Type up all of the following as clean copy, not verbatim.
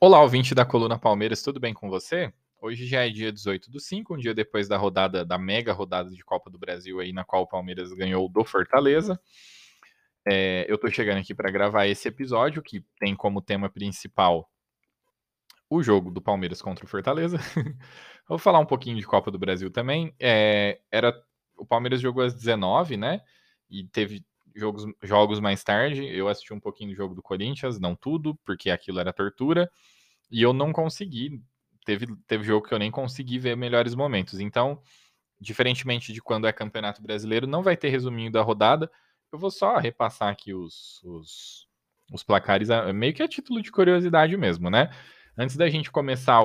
Olá, ouvinte da Coluna Palmeiras, tudo bem com você? Hoje já é dia 18/5, um dia depois da mega rodada de Copa do Brasil aí, na qual o Palmeiras ganhou do Fortaleza. Eu tô chegando aqui para gravar esse episódio, que tem como tema principal o jogo do Palmeiras contra o Fortaleza. Vou falar um pouquinho de Copa do Brasil também. O Palmeiras jogou às 19, né? E teve jogos mais tarde. Eu assisti um pouquinho do jogo do Corinthians, não tudo, porque aquilo era tortura. E eu não consegui. Teve jogo que eu nem consegui ver melhores momentos. Então, diferentemente de quando é Campeonato Brasileiro, não vai ter resuminho da rodada. Eu vou só repassar aqui os placares, meio que a título de curiosidade mesmo, né? Antes da gente começar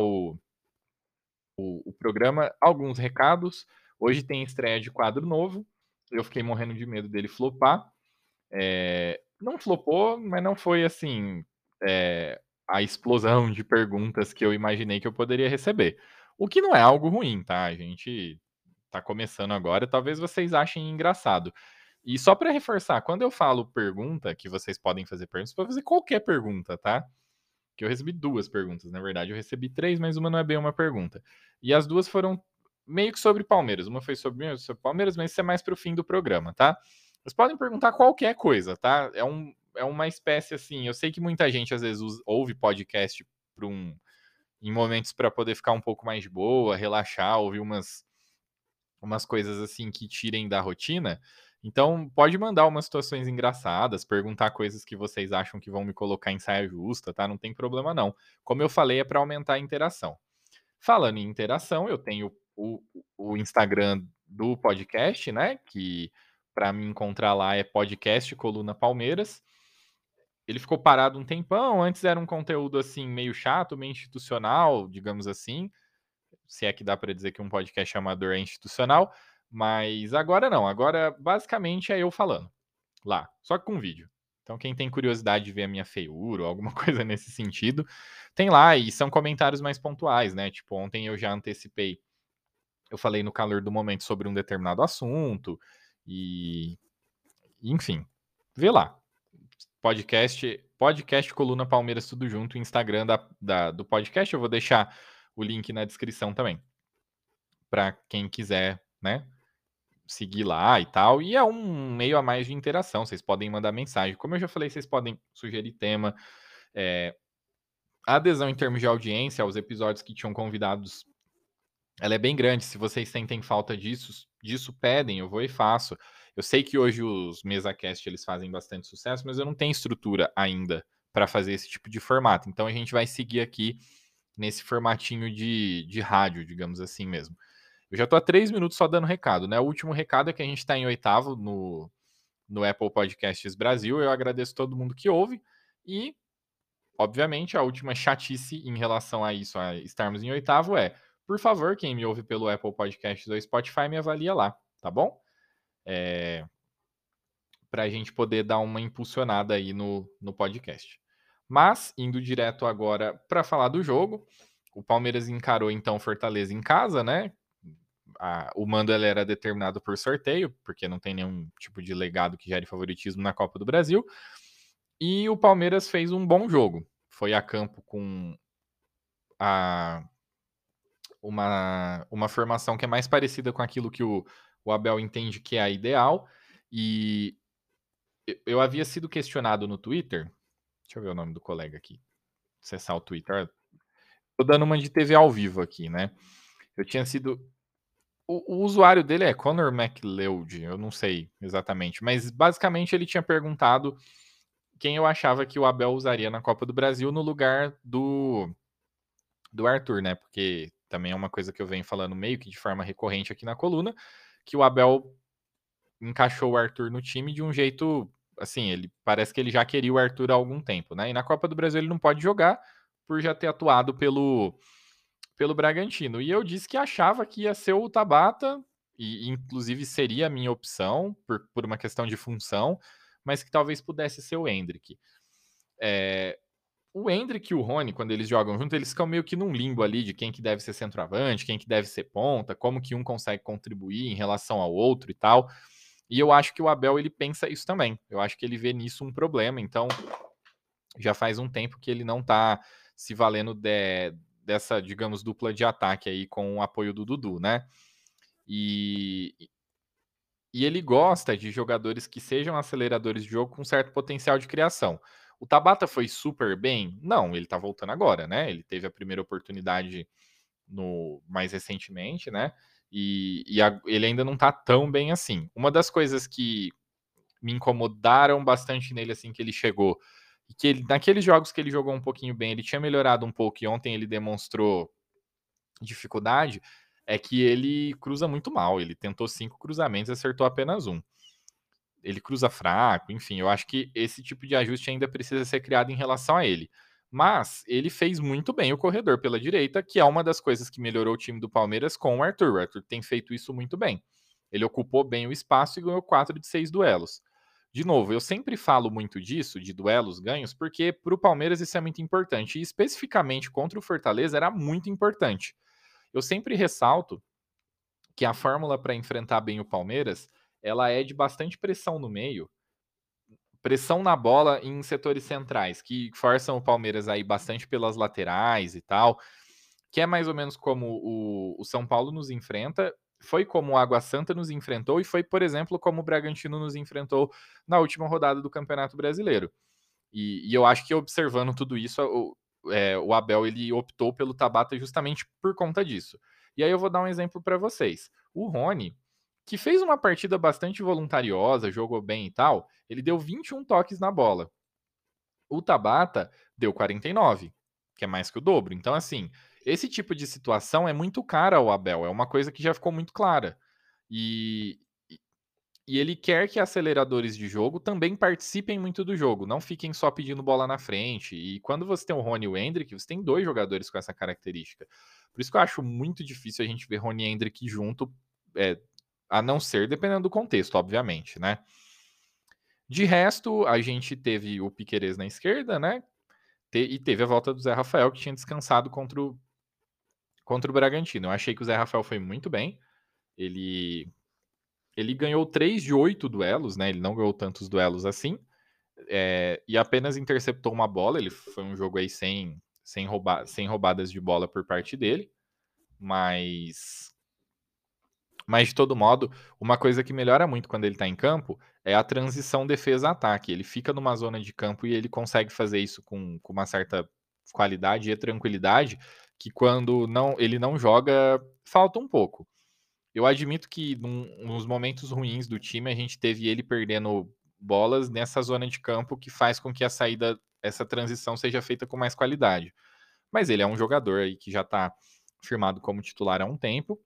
o programa, alguns recados. Hoje tem estreia de quadro novo. Eu fiquei morrendo de medo dele flopar. Não flopou, mas não foi assim a explosão de perguntas que eu imaginei que eu poderia receber. O que não é algo ruim, tá? A gente tá começando agora, talvez vocês achem engraçado. E só para reforçar, quando eu falo pergunta, que vocês podem fazer perguntas, pode fazer qualquer pergunta, tá? Que eu recebi 2 perguntas, na verdade eu recebi 3, mas uma não é bem uma pergunta. E as 2 foram meio que sobre Palmeiras. Uma foi sobre Palmeiras, mas isso é mais pro fim do programa, tá? Vocês podem perguntar qualquer coisa, tá? É uma espécie assim. Eu sei que muita gente às vezes ouve podcast em momentos para poder ficar um pouco mais de boa, relaxar, ouvir umas coisas assim que tirem da rotina. Então, pode mandar umas situações engraçadas, perguntar coisas que vocês acham que vão me colocar em saia justa, tá? Não tem problema não. Como eu falei, é para aumentar a interação. Falando em interação, eu tenho o Instagram do podcast, né? Que para me encontrar lá é podcast Coluna Palmeiras. Ele ficou parado um tempão. Antes era um conteúdo assim meio chato, meio institucional, digamos assim. Se é que dá para dizer que um podcast amador é institucional, mas agora não. Agora basicamente é eu falando lá, só que com vídeo. Então, quem tem curiosidade de ver a minha feiura ou alguma coisa nesse sentido, tem lá e são comentários mais pontuais, né? Tipo, ontem eu já antecipei, eu falei no calor do momento sobre um determinado assunto e, enfim, vê lá. Podcast Coluna Palmeiras tudo junto, Instagram do podcast, eu vou deixar o link na descrição também, para quem quiser, né? Seguir lá e tal. E é um meio a mais de interação. Vocês podem mandar mensagem. Como eu já falei, vocês podem sugerir tema. A adesão em termos de audiência aos episódios que tinham convidados, ela é bem grande. Se vocês sentem falta disso pedem, eu vou e faço. Eu sei que hoje os MesaCast eles fazem bastante sucesso, mas eu não tenho estrutura ainda para fazer esse tipo de formato. Então a gente vai seguir aqui nesse formatinho de rádio, digamos assim mesmo. Eu já estou há 3 minutos só dando recado, né? O último recado é que a gente está em 8º no Apple Podcasts Brasil. Eu agradeço todo mundo que ouve. E, obviamente, a última chatice em relação a isso, a estarmos em 8º, é: por favor, quem me ouve pelo Apple Podcasts ou Spotify, me avalia lá, tá bom? Para a gente poder dar uma impulsionada aí no podcast. Mas, indo direto agora para falar do jogo, o Palmeiras encarou então Fortaleza em casa, né? O mando ele era determinado por sorteio, porque não tem nenhum tipo de legado que gere favoritismo na Copa do Brasil. E o Palmeiras fez um bom jogo. Foi a campo com uma formação que é mais parecida com aquilo que o Abel entende que é a ideal. E eu havia sido questionado no Twitter. Deixa eu ver o nome do colega aqui. Acessar o Twitter. Tô dando uma de TV ao vivo aqui, né? Eu tinha sido. O usuário dele é Conor McLeod, eu não sei exatamente, mas basicamente ele tinha perguntado quem eu achava que o Abel usaria na Copa do Brasil no lugar do Arthur, né? Porque também é uma coisa que eu venho falando meio que de forma recorrente aqui na coluna, que o Abel encaixou o Arthur no time de um jeito, assim, ele parece que ele já queria o Arthur há algum tempo, né? E na Copa do Brasil ele não pode jogar por já ter atuado pelo Bragantino. E eu disse que achava que ia ser o Tabata, e inclusive seria a minha opção, por uma questão de função, mas que talvez pudesse ser o Endrick. O Endrick e o Rony, quando eles jogam junto, eles ficam meio que num limbo ali de quem que deve ser centroavante, quem que deve ser ponta, como que um consegue contribuir em relação ao outro e tal. E eu acho que o Abel, ele pensa isso também. Eu acho que ele vê nisso um problema, então já faz um tempo que ele não tá se valendo dessa, digamos, dupla de ataque aí com o apoio do Dudu, né. E e ele gosta de jogadores que sejam aceleradores de jogo com certo potencial de criação. O Tabata foi super bem? Não, ele tá voltando agora, né, ele teve a primeira oportunidade no mais recentemente, né, ele ainda não tá tão bem assim. Uma das coisas que me incomodaram bastante nele, assim, que ele chegou, e que ele naqueles jogos que ele jogou um pouquinho bem, ele tinha melhorado um pouco e ontem ele demonstrou dificuldade, é que ele cruza muito mal, ele tentou 5 cruzamentos e acertou apenas um. Ele cruza fraco, enfim, eu acho que esse tipo de ajuste ainda precisa ser criado em relação a ele. Mas ele fez muito bem o corredor pela direita, que é uma das coisas que melhorou o time do Palmeiras com o Arthur. O Arthur tem feito isso muito bem. Ele ocupou bem o espaço e ganhou 4 de 6 duelos. De novo, eu sempre falo muito disso, de duelos ganhos, porque para o Palmeiras isso é muito importante. E especificamente contra o Fortaleza era muito importante. Eu sempre ressalto que a fórmula para enfrentar bem o Palmeiras, ela é de bastante pressão no meio, pressão na bola em setores centrais, que forçam o Palmeiras a ir bastante pelas laterais e tal, que é mais ou menos como o São Paulo nos enfrenta, foi como o Água Santa nos enfrentou e foi, por exemplo, como o Bragantino nos enfrentou na última rodada do Campeonato Brasileiro. E eu acho que observando tudo isso, o Abel ele optou pelo Tabata justamente por conta disso. E aí eu vou dar um exemplo para vocês. O Rony, que fez uma partida bastante voluntariosa, jogou bem e tal, ele deu 21 toques na bola. O Tabata deu 49, que é mais que o dobro. Então, assim, esse tipo de situação é muito cara ao Abel, é uma coisa que já ficou muito clara. E, e ele quer que aceleradores de jogo também participem muito do jogo, não fiquem só pedindo bola na frente. E quando você tem o Rony e o Endrick, você tem dois jogadores com essa característica. Por isso que eu acho muito difícil a gente ver Rony e Endrick junto, é, a não ser dependendo do contexto, obviamente, né? De resto, a gente teve o Piquerez na esquerda, né? E teve a volta do Zé Rafael, que tinha descansado contra o Bragantino. Eu achei que o Zé Rafael foi muito bem. Ele, ele ganhou 3 de 8 duelos, né? Ele não ganhou tantos duelos assim. E apenas interceptou uma bola. Ele foi um jogo aí sem roubadas de bola por parte dele. Mas de todo modo, uma coisa que melhora muito quando ele está em campo é a transição defesa-ataque. Ele fica numa zona de campo e ele consegue fazer isso com uma certa qualidade e tranquilidade que quando ele não joga, falta um pouco. Eu admito que nos momentos ruins do time a gente teve ele perdendo bolas nessa zona de campo que faz com que essa transição seja feita com mais qualidade. Mas ele é um jogador aí que já está firmado como titular há um tempo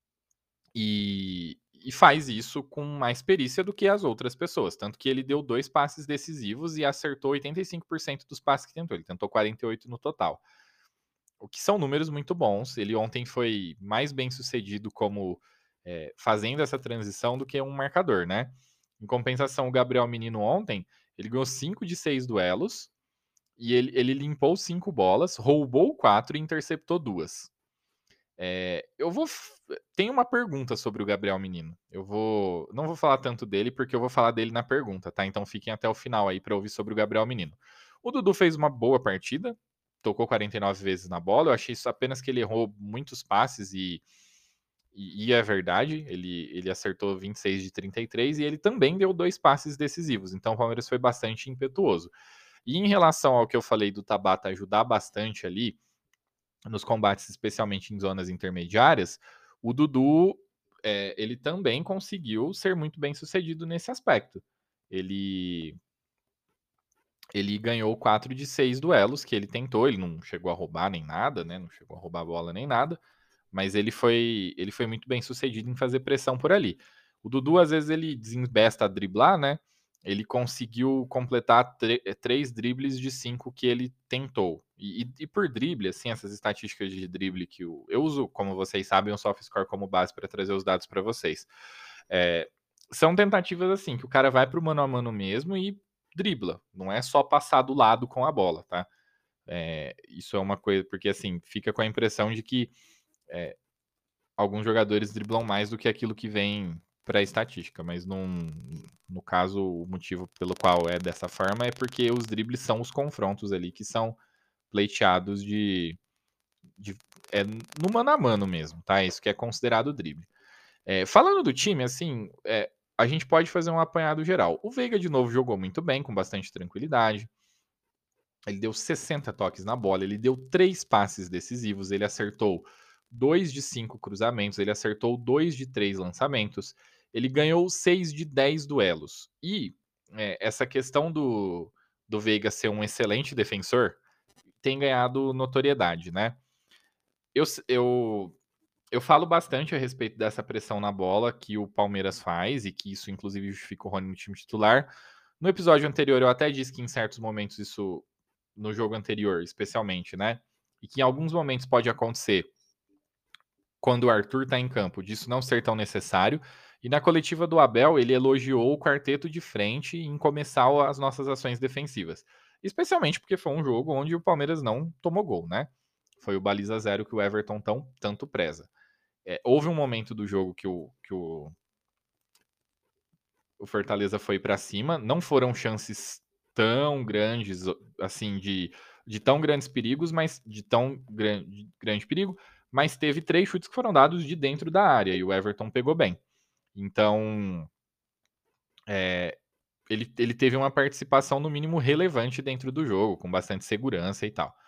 e faz isso com mais perícia do que as outras pessoas. Tanto que ele deu 2 passes decisivos e acertou 85% dos passes que tentou. Ele tentou 48 no total. O que são números muito bons. Ele ontem foi mais bem sucedido como fazendo essa transição do que um marcador, né? Em compensação, o Gabriel Menino ontem, ele ganhou 5 de 6 duelos e ele limpou 5 bolas, roubou 4 e interceptou 2. Eu vou. Tem uma pergunta sobre o Gabriel Menino. Não vou falar tanto dele, porque eu vou falar dele na pergunta, tá? Então fiquem até o final aí para ouvir sobre o Gabriel Menino. O Dudu fez uma boa partida, tocou 49 vezes na bola. Eu achei isso apenas que ele errou muitos passes e é verdade. Ele acertou 26 de 33 e ele também deu 2 passes decisivos. Então o Palmeiras foi bastante impetuoso. E em relação ao que eu falei do Tabata ajudar bastante ali nos combates, especialmente em zonas intermediárias, o Dudu ele também conseguiu ser muito bem sucedido nesse aspecto. Ele ele ganhou 4 de 6 duelos que ele tentou, ele não chegou a roubar nem nada, né? Não chegou a roubar a bola nem nada, mas ele foi muito bem sucedido em fazer pressão por ali. O Dudu, às vezes, ele desembesta a driblar, né? Ele conseguiu completar 3 dribles de 5 que ele tentou. E por drible, assim, essas estatísticas de drible que eu uso, como vocês sabem, o SoftScore como base para trazer os dados para vocês. É, são tentativas assim, que o cara vai para o mano a mano mesmo e dribla. Não é só passar do lado com a bola, tá? Isso é uma coisa, porque assim, fica com a impressão de que alguns jogadores driblam mais do que aquilo que vem para a estatística, mas no caso, o motivo pelo qual é dessa forma é porque os dribles são os confrontos ali que são pleiteados no mano a mano mesmo, tá? Isso que é considerado drible. Falando do time, assim, a gente pode fazer um apanhado geral. O Veiga, de novo, jogou muito bem, com bastante tranquilidade. Ele deu 60 toques na bola, ele deu 3 passes decisivos, ele acertou 2 de 5 cruzamentos, ele acertou 2 de 3 lançamentos, ele ganhou 6 de 10 duelos. E essa questão do Veiga ser um excelente defensor tem ganhado notoriedade, né? Eu, eu, eu falo bastante a respeito dessa pressão na bola que o Palmeiras faz e que isso, inclusive, justifica o Rony no time titular. No episódio anterior, eu até disse que em certos momentos isso, no jogo anterior, especialmente, né? E que em alguns momentos pode acontecer quando o Arthur tá em campo, disso não ser tão necessário. E na coletiva do Abel, ele elogiou o quarteto de frente em começar as nossas ações defensivas. Especialmente porque foi um jogo onde o Palmeiras não tomou gol, né? Foi o baliza zero que o Everton tanto preza. Houve um momento do jogo que o Fortaleza foi para cima, não foram chances tão grandes, assim, de tão grandes perigos, mas de tão grande perigo, mas teve 3 chutes que foram dados de dentro da área e o Everton pegou bem. Então, ele teve uma participação no mínimo relevante dentro do jogo, com bastante segurança e tal.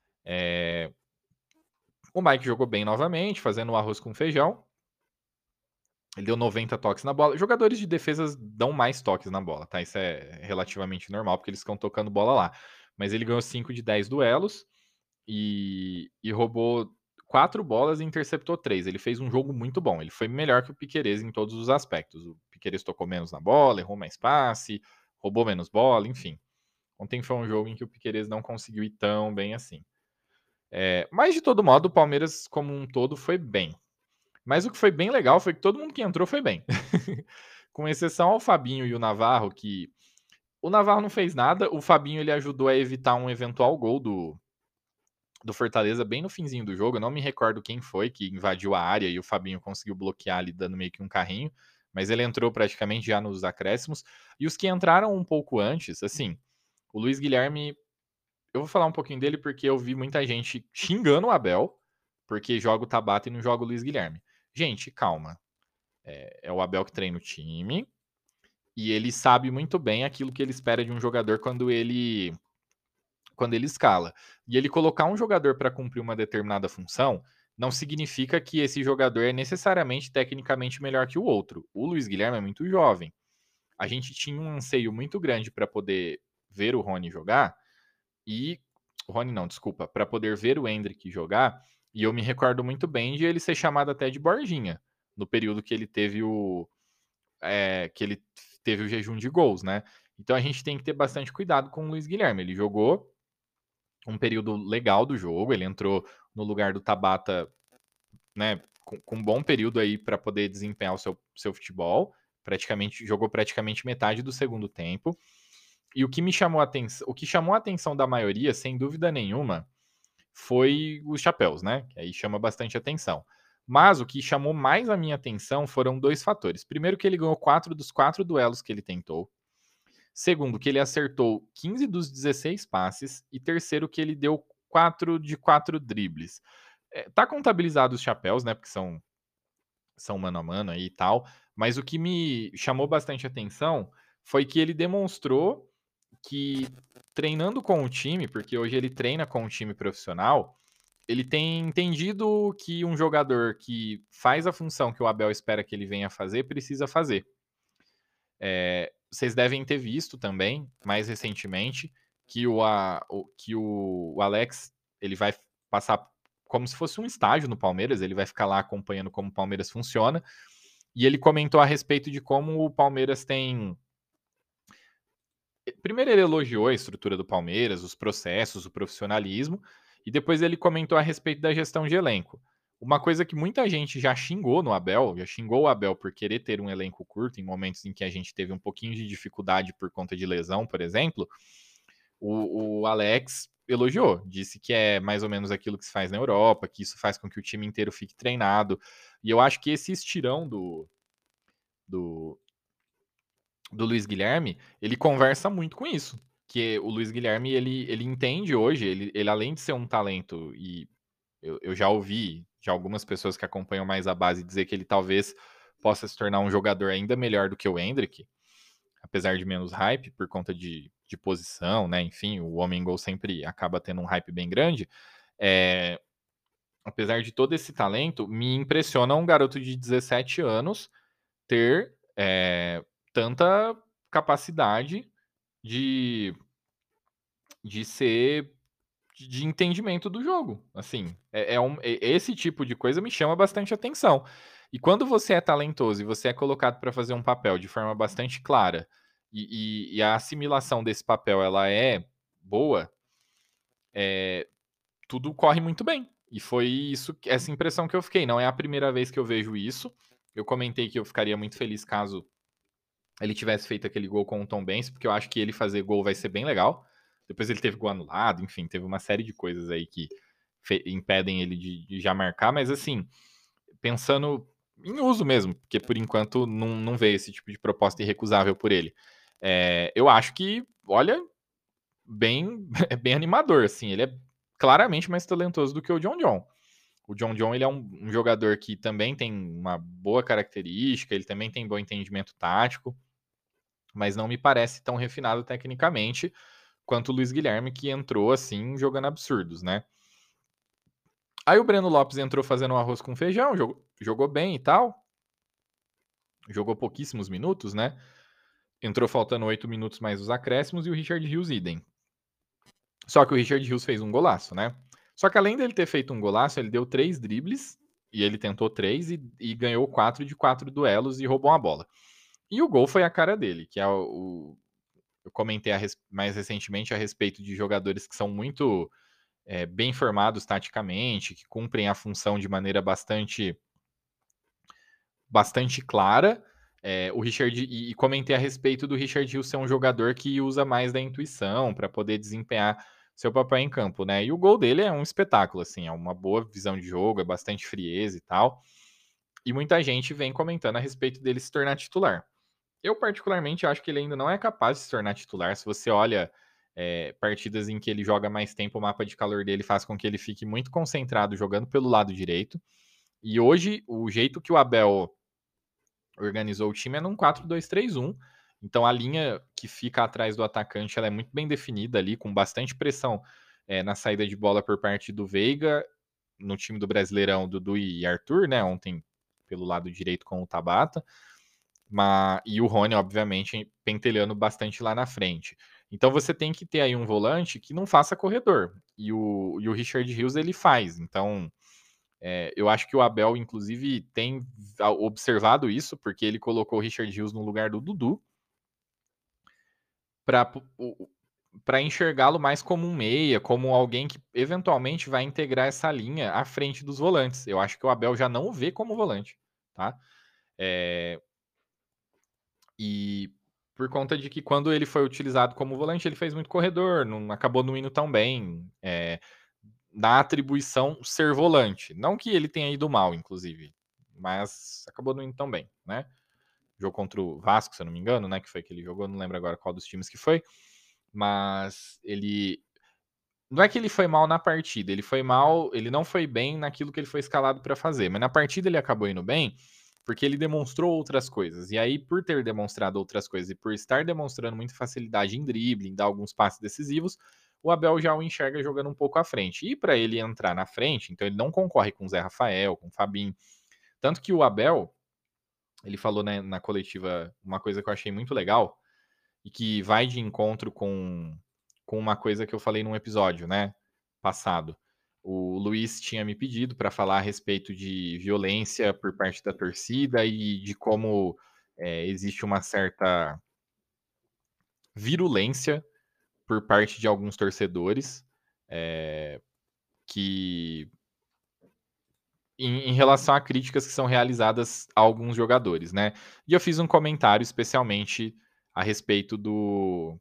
O Mike jogou bem novamente, fazendo o arroz com feijão. Ele deu 90 toques na bola. Jogadores de defesas dão mais toques na bola, tá? Isso é relativamente normal, porque eles ficam tocando bola lá. Mas ele ganhou 5 de 10 duelos e roubou 4 bolas e interceptou 3. Ele fez um jogo muito bom. Ele foi melhor que o Piquerez em todos os aspectos. O Piquerez tocou menos na bola, errou mais passe, roubou menos bola, enfim. Ontem foi um jogo em que o Piquerez não conseguiu ir tão bem assim. Mas, de todo modo, o Palmeiras, como um todo, foi bem. Mas o que foi bem legal foi que todo mundo que entrou foi bem. Com exceção ao Fabinho e o Navarro, que o Navarro não fez nada, o Fabinho ele ajudou a evitar um eventual gol do Fortaleza bem no finzinho do jogo. Eu não me recordo quem foi que invadiu a área e o Fabinho conseguiu bloquear ali, dando meio que um carrinho. Mas ele entrou praticamente já nos acréscimos. E os que entraram um pouco antes, assim, o Luiz Guilherme, eu vou falar um pouquinho dele porque eu vi muita gente xingando o Abel, porque joga o Tabata e não joga o Luiz Guilherme. Gente, calma. É o Abel que treina o time e ele sabe muito bem aquilo que ele espera de um jogador quando ele escala. E ele colocar um jogador para cumprir uma determinada função não significa que esse jogador é necessariamente tecnicamente melhor que o outro. O Luiz Guilherme é muito jovem. A gente tinha um anseio muito grande para poder ver o Rony jogar e o Rony não, desculpa, para poder ver o Endrick jogar, e eu me recordo muito bem de ele ser chamado até de Borginha no período que ele teve o jejum de gols, né? Então a gente tem que ter bastante cuidado com o Luiz Guilherme. Ele jogou um período legal do jogo, ele entrou no lugar do Tabata, né, com um bom período aí para poder desempenhar o seu futebol. Jogou praticamente metade do segundo tempo. E o que chamou a atenção da maioria, sem dúvida nenhuma, foi os chapéus, né? Que aí chama bastante atenção. Mas o que chamou mais a minha atenção foram 2 fatores. Primeiro, que ele ganhou 4 dos 4 duelos que ele tentou. Segundo, que ele acertou 15 dos 16 passes. E terceiro, que ele deu 4 de 4 dribles. Tá contabilizado os chapéus, né? Porque são mano a mano aí e tal. Mas o que me chamou bastante atenção foi que ele demonstrou que treinando com o time, porque hoje ele treina com o time profissional, ele tem entendido que um jogador que faz a função que o Abel espera que ele venha fazer, precisa fazer. Vocês devem ter visto também, mais recentemente, que o Alex ele vai passar como se fosse um estágio no Palmeiras, ele vai ficar lá acompanhando como o Palmeiras funciona, e ele comentou a respeito de como o Palmeiras tem. Primeiro ele elogiou a estrutura do Palmeiras, os processos, o profissionalismo, e depois ele comentou a respeito da gestão de elenco. Uma coisa que muita gente já xingou no Abel, já xingou o Abel por querer ter um elenco curto em momentos em que a gente teve um pouquinho de dificuldade por conta de lesão, por exemplo, o Alex elogiou, disse que é mais ou menos aquilo que se faz na Europa, que isso faz com que o time inteiro fique treinado. E eu acho que esse estirão do Luiz Guilherme, ele conversa muito com isso. que o Luiz Guilherme, ele entende hoje, ele além de ser um talento, e eu já ouvi de algumas pessoas que acompanham mais a base dizer que ele talvez possa se tornar um jogador ainda melhor do que o Endrick, apesar de menos hype, por conta de posição, né? Enfim, o homem gol sempre acaba tendo um hype bem grande. Apesar de todo esse talento, me impressiona um garoto de 17 anos ter tanta capacidade de, de ser de entendimento do jogo. Assim, esse tipo de coisa me chama bastante atenção. E quando você é talentoso e você é colocado para fazer um papel de forma bastante clara e a assimilação desse papel ela é boa, tudo corre muito bem. E foi isso, essa impressão que eu fiquei. Não é a primeira vez que eu vejo isso. Eu comentei que eu ficaria muito feliz caso ele tivesse feito aquele gol com o Tom Benz, porque eu acho que ele fazer gol vai ser bem legal. Depois ele teve gol anulado, enfim, teve uma série de coisas aí que impedem ele de já marcar, mas assim, pensando em uso mesmo, porque por enquanto não veio esse tipo de proposta irrecusável por ele. Eu acho que, olha, bem, bem animador, assim, ele é claramente mais talentoso do que o John John. O John John ele é um jogador que também tem uma boa característica, ele também tem bom entendimento tático, mas não me parece tão refinado tecnicamente quanto o Luiz Guilherme, que entrou assim, jogando absurdos, né? Aí o Breno Lopes entrou fazendo um arroz com feijão, jogou bem e tal. Jogou pouquíssimos minutos, né? Entrou faltando 8 minutos mais os acréscimos e o Richard Hughes idem. Só que o Richard Hughes fez um golaço, né? Só que além dele ter feito um golaço, ele deu 3 dribles, e ele tentou 3 e ganhou 4 de 4 duelos e roubou uma bola. E o gol foi a cara dele, que é eu comentei mais recentemente a respeito de jogadores que são muito bem formados taticamente, que cumprem a função de maneira bastante clara. O Richard e comentei a respeito do Richard Hughes ser um jogador que usa mais da intuição para poder desempenhar seu papel em campo, né? E o gol dele é um espetáculo, assim, é uma boa visão de jogo, é bastante frieza e tal. E muita gente vem comentando a respeito dele se tornar titular. Eu, particularmente, acho que ele ainda não é capaz de se tornar titular. Se você olha partidas em que ele joga mais tempo, o mapa de calor dele faz com que ele fique muito concentrado jogando pelo lado direito. E hoje, o jeito que o Abel organizou o time é num 4-2-3-1. Então, a linha que fica atrás do atacante ela é muito bem definida ali, com bastante pressão na saída de bola por parte do Veiga, no time do Brasileirão, Dudu e Arthur, né? Ontem pelo lado direito com o Tabata. E o Rony, obviamente, pentelhando bastante lá na frente. Então você tem que ter aí um volante que não faça corredor. E o Richard Hughes ele faz. Então eu acho que o Abel, inclusive, tem observado isso, porque ele colocou o Richard Hughes no lugar do Dudu para enxergá-lo mais como um meia, como alguém que eventualmente vai integrar essa linha à frente dos volantes. Eu acho que o Abel já não o vê como volante, tá? E por conta de que quando ele foi utilizado como volante, ele fez muito corredor, não acabou não indo tão bem na atribuição ser volante. Não que ele tenha ido mal, inclusive, mas acabou não indo tão bem, né? Jogo contra o Vasco, se eu não me engano, né? Que foi que ele jogou, não lembro agora qual dos times que foi, mas ele. Não é que ele foi mal na partida, ele foi mal, ele não foi bem naquilo que ele foi escalado para fazer, mas na partida ele acabou indo bem, porque ele demonstrou outras coisas. E aí, por ter demonstrado outras coisas e por estar demonstrando muita facilidade em drible, em dar alguns passes decisivos, o Abel já o enxerga jogando um pouco à frente. E para ele entrar na frente, então ele não concorre com o Zé Rafael, com o Fabinho. Tanto que o Abel, ele falou na coletiva uma coisa que eu achei muito legal e que vai de encontro com uma coisa que eu falei num episódio, né, passado. O Luiz tinha me pedido para falar a respeito de violência por parte da torcida e de como existe uma certa virulência por parte de alguns torcedores que em relação a críticas que são realizadas a alguns jogadores, né? E eu fiz um comentário especialmente a respeito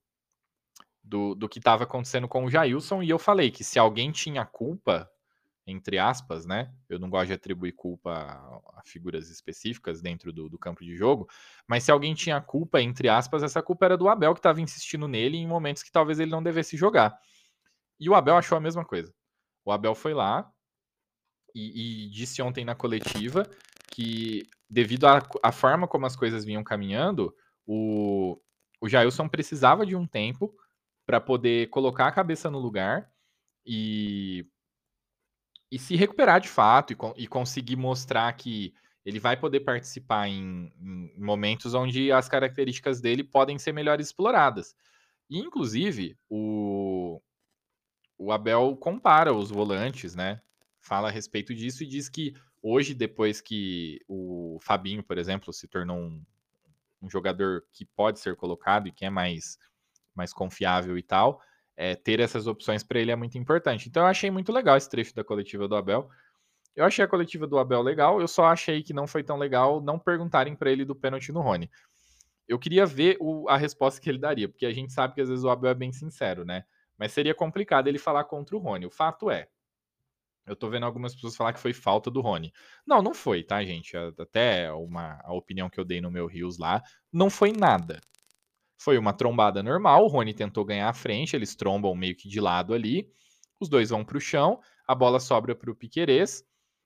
do que estava acontecendo com o Jailson, e eu falei que se alguém tinha culpa entre aspas, né? Eu não gosto de atribuir culpa a figuras específicas dentro do campo de jogo, mas se alguém tinha culpa, entre aspas, essa culpa era do Abel, que estava insistindo nele em momentos que talvez ele não devesse jogar. E o Abel achou a mesma coisa. O Abel foi lá e disse ontem na coletiva que, devido à forma como as coisas vinham caminhando, o Jailson precisava de um tempo para poder colocar a cabeça no lugar e, e se recuperar de fato e conseguir mostrar que ele vai poder participar em momentos onde as características dele podem ser melhor exploradas. E, inclusive, o Abel compara os volantes, né? Fala a respeito disso e diz que hoje, depois que o Fabinho, por exemplo, se tornou um jogador que pode ser colocado e que é mais confiável e tal, ter essas opções para ele é muito importante. Então eu achei muito legal esse trecho da coletiva do Abel. Eu achei a coletiva do Abel legal, eu só achei que não foi tão legal não perguntarem para ele do pênalti no Rony. Eu queria ver a resposta que ele daria, porque a gente sabe que às vezes o Abel é bem sincero, né? Mas seria complicado ele falar contra o Rony. O fato é, eu tô vendo algumas pessoas falar que foi falta do Rony. Não, não foi, tá, gente? Até a opinião que eu dei no meu Rios lá, não foi nada. Foi uma trombada normal, o Rony tentou ganhar a frente, eles trombam meio que de lado ali, os dois vão pro chão, a bola sobra pro Piquerez,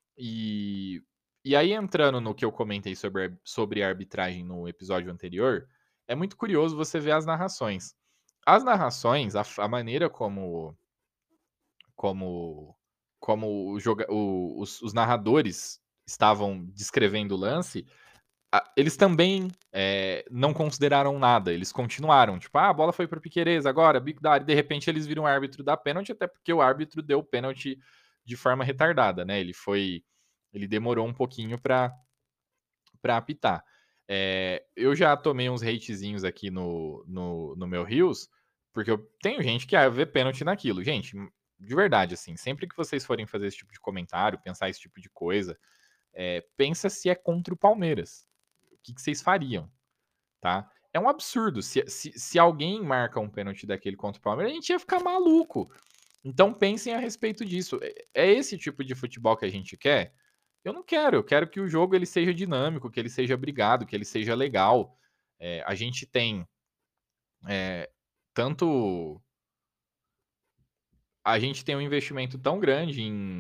e aí entrando no que eu comentei sobre a arbitragem no episódio anterior, é muito curioso você ver as narrações. As narrações, a maneira como, como os narradores estavam descrevendo o lance, eles também não consideraram nada, eles continuaram. Tipo, a bola foi para o Piquerez agora, Big Daddy. De repente eles viram o árbitro da pênalti, até porque o árbitro deu pênalti de forma retardada, né? Ele demorou um pouquinho para apitar. Eu já tomei uns hatezinhos aqui no meu Rios, porque eu tenho gente que vê pênalti naquilo. Gente, de verdade, assim, sempre que vocês forem fazer esse tipo de comentário, pensar esse tipo de coisa, pensa se é contra o Palmeiras. O que vocês fariam, tá? É um absurdo. Se alguém marca um pênalti daquele contra o Palmeiras, a gente ia ficar maluco. Então pensem a respeito disso. É esse tipo de futebol que a gente quer? Eu não quero. Eu quero que o jogo ele seja dinâmico, que ele seja brigado, que ele seja legal. A gente tem tanto. A gente tem um investimento tão grande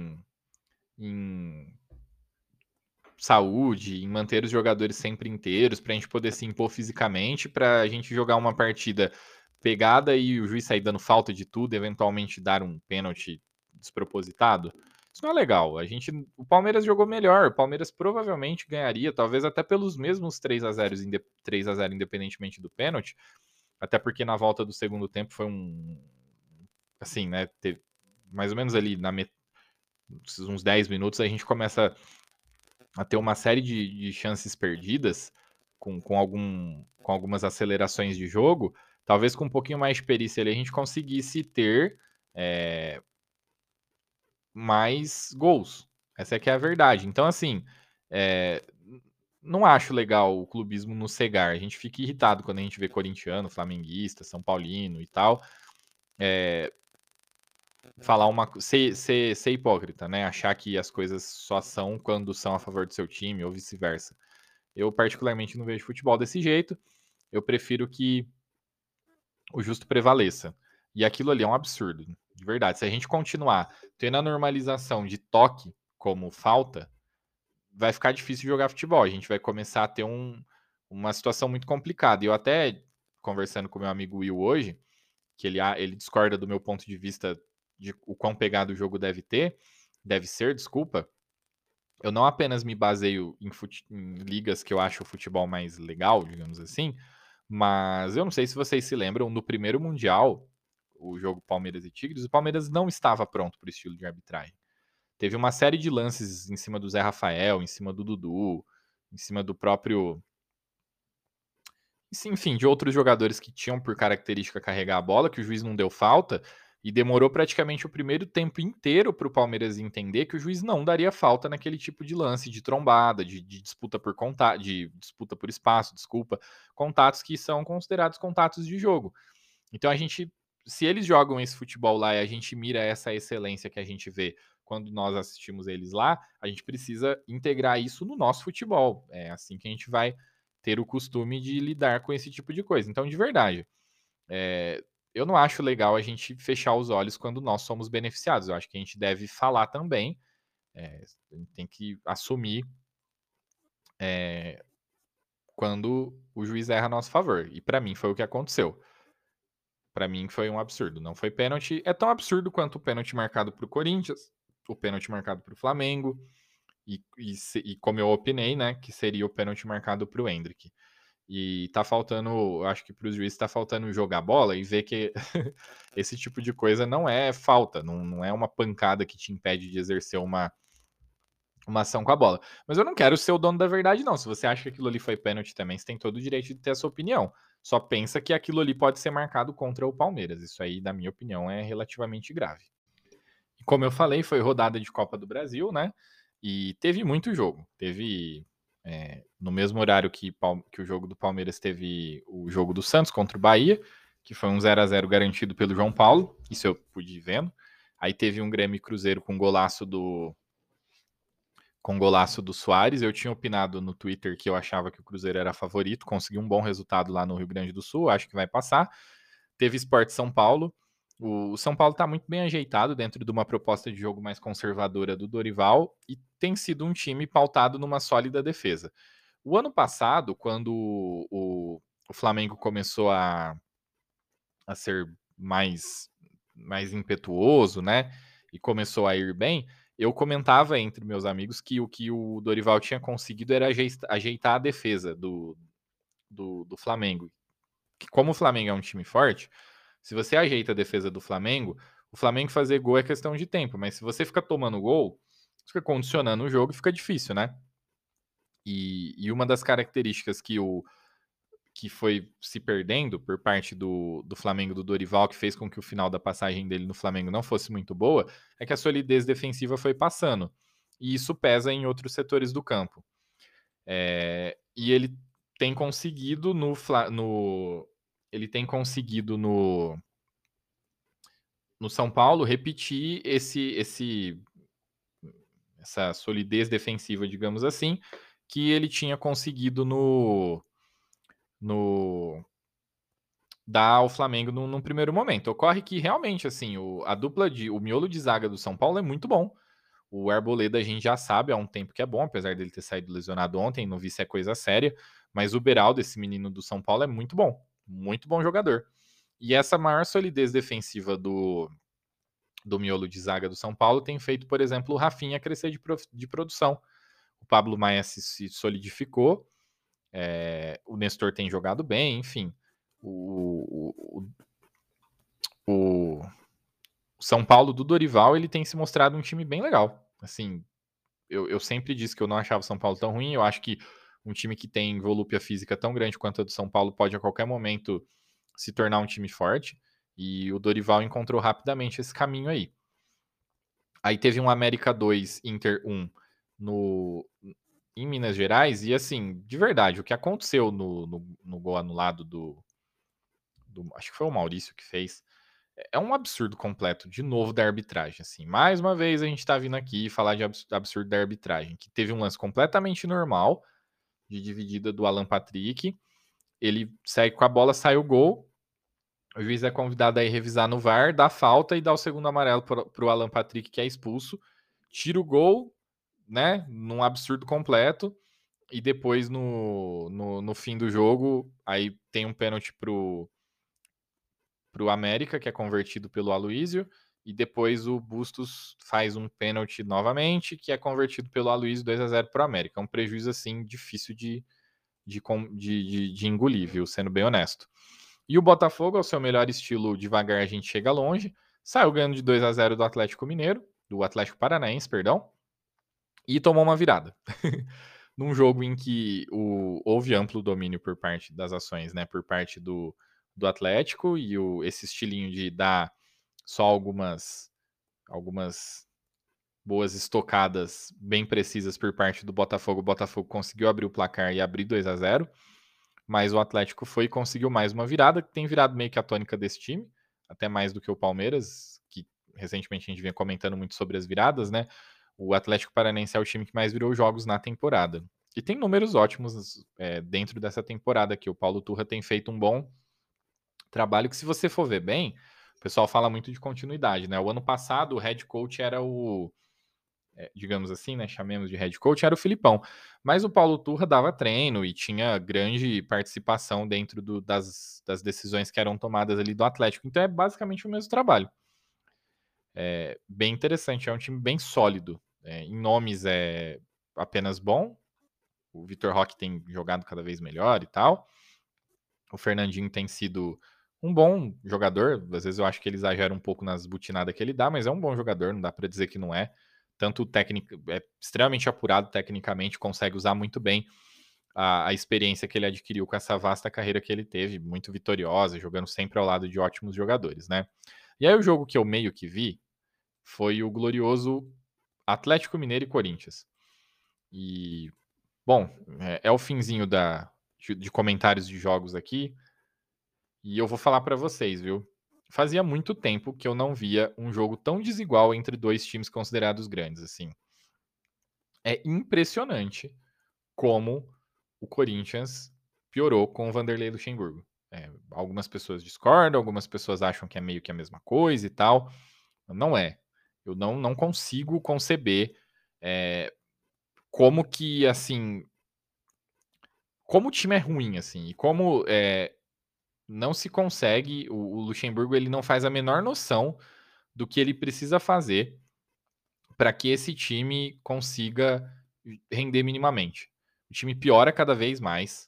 em saúde, em manter os jogadores sempre inteiros, para a gente poder se impor fisicamente, para a gente jogar uma partida pegada e o juiz sair dando falta de tudo, eventualmente dar um pênalti despropositado. Isso não é legal. O Palmeiras jogou melhor, o Palmeiras provavelmente ganharia, talvez até pelos mesmos 3 a 0 independentemente do pênalti, até porque na volta do segundo tempo foi assim, né, mais ou menos ali uns 10 minutos a gente começa a ter uma série de chances perdidas com algumas acelerações de jogo, talvez com um pouquinho mais de perícia ali a gente conseguisse ter mais gols. Essa é que é a verdade. Então, assim, é, não acho legal o clubismo nos cegar. A gente fica irritado quando a gente vê corintiano, flamenguista, São Paulino e tal. Falar ser hipócrita, né? Achar que as coisas só são quando são a favor do seu time ou vice-versa. Eu, particularmente, não vejo futebol desse jeito. Eu prefiro que o justo prevaleça. E aquilo ali é um absurdo, de verdade. Se a gente continuar tendo a normalização de toque como falta, vai ficar difícil jogar futebol. A gente vai começar a ter uma situação muito complicada. E eu até, conversando com meu amigo Will hoje, que ele discorda do meu ponto de vista de o quão pegado o jogo deve ser, desculpa. Eu não apenas me baseio em ligas que eu acho o futebol mais legal, digamos assim, mas eu não sei se vocês se lembram, no primeiro Mundial, o jogo Palmeiras e Tigres, o Palmeiras não estava pronto para o estilo de arbitragem. Teve uma série de lances em cima do Zé Rafael, em cima do Dudu, em cima do próprio. Enfim, de outros jogadores que tinham por característica carregar a bola, que o juiz não deu falta, e demorou praticamente o primeiro tempo inteiro para o Palmeiras entender que o juiz não daria falta naquele tipo de lance de trombada, de disputa por contato, de disputa por espaço, desculpa, contatos que são considerados contatos de jogo. Então a gente se eles jogam esse futebol lá e a gente mira essa excelência que a gente vê quando nós assistimos eles lá, a gente precisa integrar isso no nosso futebol. É assim que a gente vai ter o costume de lidar com esse tipo de coisa. Então, de verdade, eu não acho legal a gente fechar os olhos quando nós somos beneficiados. Eu acho que a gente deve falar também, a gente tem que assumir quando o juiz erra a nosso favor. E para mim foi o que aconteceu. Para mim foi um absurdo. Não foi pênalti. É tão absurdo quanto o pênalti marcado para o Corinthians, o pênalti marcado para o Flamengo, e como eu opinei, né, que seria o pênalti marcado para o Endrick. E tá faltando, acho que para os juízes tá faltando jogar bola e ver que esse tipo de coisa não é falta, não é uma pancada que te impede de exercer uma ação com a bola. Mas eu não quero ser o dono da verdade, não. Se você acha que aquilo ali foi pênalti também, você tem todo o direito de ter a sua opinião. Só pensa que aquilo ali pode ser marcado contra o Palmeiras. Isso aí, na minha opinião, é relativamente grave. E como eu falei, foi rodada de Copa do Brasil, né? E teve muito jogo. Teve. No mesmo horário que o jogo do Palmeiras, teve o jogo do Santos contra o Bahia, que foi um 0-0 garantido pelo João Paulo. Isso eu pude ir vendo. Aí teve um Grêmio e Cruzeiro com golaço do Soares. Eu tinha opinado no Twitter que eu achava que o Cruzeiro era favorito, conseguiu um bom resultado lá no Rio Grande do Sul, acho que vai passar. Teve Sport São Paulo. O São Paulo está muito bem ajeitado dentro de uma proposta de jogo mais conservadora do Dorival e tem sido um time pautado numa sólida defesa. O ano passado, quando o Flamengo começou a ser mais impetuoso, né? E começou a ir bem, eu comentava entre meus amigos que o Dorival tinha conseguido era ajeitar a defesa do Flamengo. Que como o Flamengo é um time forte, se você ajeita a defesa do Flamengo, o Flamengo fazer gol é questão de tempo, mas se você fica tomando gol, você fica condicionando o jogo e fica difícil, né? E uma das características que foi se perdendo por parte do Flamengo do Dorival, que fez com que o final da passagem dele no Flamengo não fosse muito boa, é que a solidez defensiva foi passando. E isso pesa em outros setores do campo. E ele tem conseguido ele tem conseguido no São Paulo repetir essa solidez defensiva, digamos assim, que ele tinha conseguido no dar ao Flamengo num primeiro momento. Ocorre que realmente assim, o miolo de zaga do São Paulo é muito bom. O Arboleda a gente já sabe há um tempo que é bom, apesar dele ter saído lesionado ontem, não vi se é coisa séria, mas o Beraldo, esse menino do São Paulo, é muito bom jogador. E essa maior solidez defensiva do miolo de zaga do São Paulo tem feito, por exemplo, o Rafinha crescer de produção. O Pablo Maia se solidificou, o Nestor tem jogado bem, enfim. O São Paulo do Dorival, ele tem se mostrado um time bem legal. Assim, eu sempre disse que eu não achava o São Paulo tão ruim. Eu acho que um time que tem volúpia física tão grande quanto a do São Paulo pode a qualquer momento se tornar um time forte. E o Dorival encontrou rapidamente esse caminho aí. Aí teve um América 2, Inter 1 em Minas Gerais. E assim, de verdade, o que aconteceu no gol anulado acho que foi o Maurício que fez, é um absurdo completo, de novo, da arbitragem. Assim, mais uma vez a gente está vindo aqui falar de absurdo da arbitragem, que teve um lance completamente normal, de dividida do Alan Patrick, ele segue com a bola, sai o gol, o juiz é convidado a ir revisar no VAR, dá falta e dá o segundo amarelo para o Alan Patrick, que é expulso, tira o gol, né, num absurdo completo, e depois no fim do jogo, aí tem um pênalti pro América, que é convertido pelo Aloísio, e depois o Bustos faz um pênalti novamente, que é convertido pelo Aloísio, 2-0 para o América. É um prejuízo, assim, difícil de engolir, viu? Sendo bem honesto. E o Botafogo, ao seu melhor estilo, devagar a gente chega longe, saiu ganhando de 2-0 do Atlético Mineiro, do Atlético Paranaense, perdão, e tomou uma virada. Num jogo em que houve amplo domínio por parte das ações, né? Por parte do Atlético, e esse estilinho de dar só algumas boas estocadas bem precisas por parte do Botafogo. O Botafogo conseguiu abrir o placar e abrir 2-0, mas o Atlético foi e conseguiu mais uma virada, que tem virado meio que a tônica desse time. até mais do que o Palmeiras, que recentemente a gente vinha comentando muito sobre as viradas, né? O Atlético Paranaense é o time que mais virou jogos na temporada. E tem números ótimos dentro dessa temporada aqui. O Paulo Turra tem feito um bom trabalho que, se você for ver bem, o pessoal fala muito de continuidade, né? O ano passado o head coach era digamos assim, né? Chamemos de head coach, era o Filipão. Mas o Paulo Turra dava treino e tinha grande participação dentro das decisões que eram tomadas ali do Atlético. Então é basicamente o mesmo trabalho. É bem interessante, é um time bem sólido. Em nomes é apenas bom. O Vitor Roque tem jogado cada vez melhor e tal. O Fernandinho tem sido um bom jogador. Às vezes eu acho que ele exagera um pouco nas butinadas que ele dá, mas é um bom jogador, não dá para dizer que não é. Tanto o técnico é extremamente apurado tecnicamente, consegue usar muito bem a experiência que ele adquiriu com essa vasta carreira que ele teve, muito vitoriosa, jogando sempre ao lado de ótimos jogadores, né? E aí o jogo que eu meio que vi foi o glorioso Atlético Mineiro e Corinthians. E, bom, é o finzinho de comentários de jogos aqui. E eu vou falar para vocês, viu? Fazia muito tempo que eu não via um jogo tão desigual entre dois times considerados grandes, assim. É impressionante como o Corinthians piorou com o Vanderlei Luxemburgo. Algumas pessoas discordam, algumas pessoas acham que é meio que a mesma coisa e tal. Não é. Eu não consigo conceber como que, assim, como o time é ruim, assim, e como não se consegue, o Luxemburgo ele não faz a menor noção do que ele precisa fazer para que esse time consiga render minimamente. O time piora cada vez mais.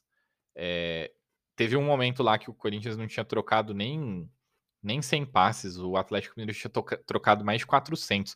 Teve um momento lá que o Corinthians não tinha trocado nem 100 passes, o Atlético Mineiro tinha trocado mais de 400.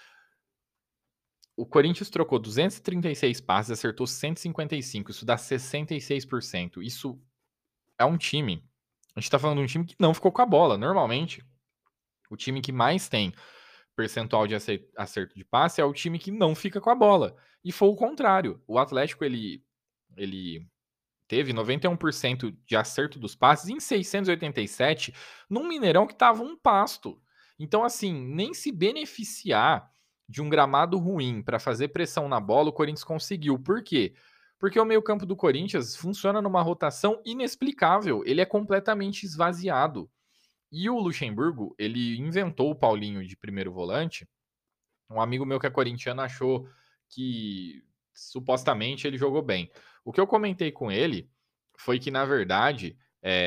O Corinthians trocou 236 passes, acertou 155, isso dá 66%. Isso é um time. A gente tá falando de um time que não ficou com a bola. Normalmente, o time que mais tem percentual de acerto de passe é o time que não fica com a bola. E foi o contrário. O Atlético ele teve 91% de acerto dos passes em 687 num Mineirão que tava um pasto. Então, assim, nem se beneficiar de um gramado ruim para fazer pressão na bola, o Corinthians conseguiu. Por quê? Porque o meio-campo do Corinthians funciona numa rotação inexplicável. Ele é completamente esvaziado. E o Luxemburgo, ele inventou o Paulinho de primeiro volante. Um amigo meu que é corintiano achou que supostamente ele jogou bem. O que eu comentei com ele foi que, na verdade,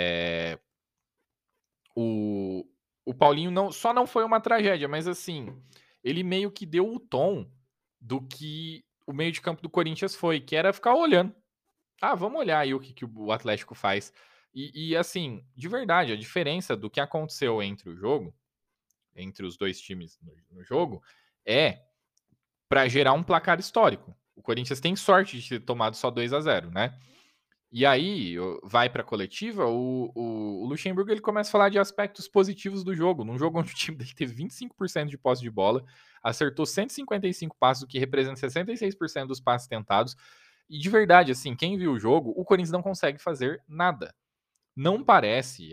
o, o Paulinho só não foi uma tragédia, mas assim, ele meio que deu o tom do que o meio de campo do Corinthians foi, que era ficar olhando. Ah, vamos olhar aí o que o Atlético faz. E assim, de verdade, a diferença do que aconteceu entre os dois times no jogo, é para gerar um placar histórico. O Corinthians tem sorte de ter tomado só 2-0, né? E aí, vai para a coletiva, o Luxemburgo ele começa a falar de aspectos positivos do jogo. Num jogo onde o time dele teve 25% de posse de bola, acertou 155 passos, o que representa 66% dos passes tentados. E de verdade, assim, quem viu o jogo, o Corinthians não consegue fazer nada. Não parece,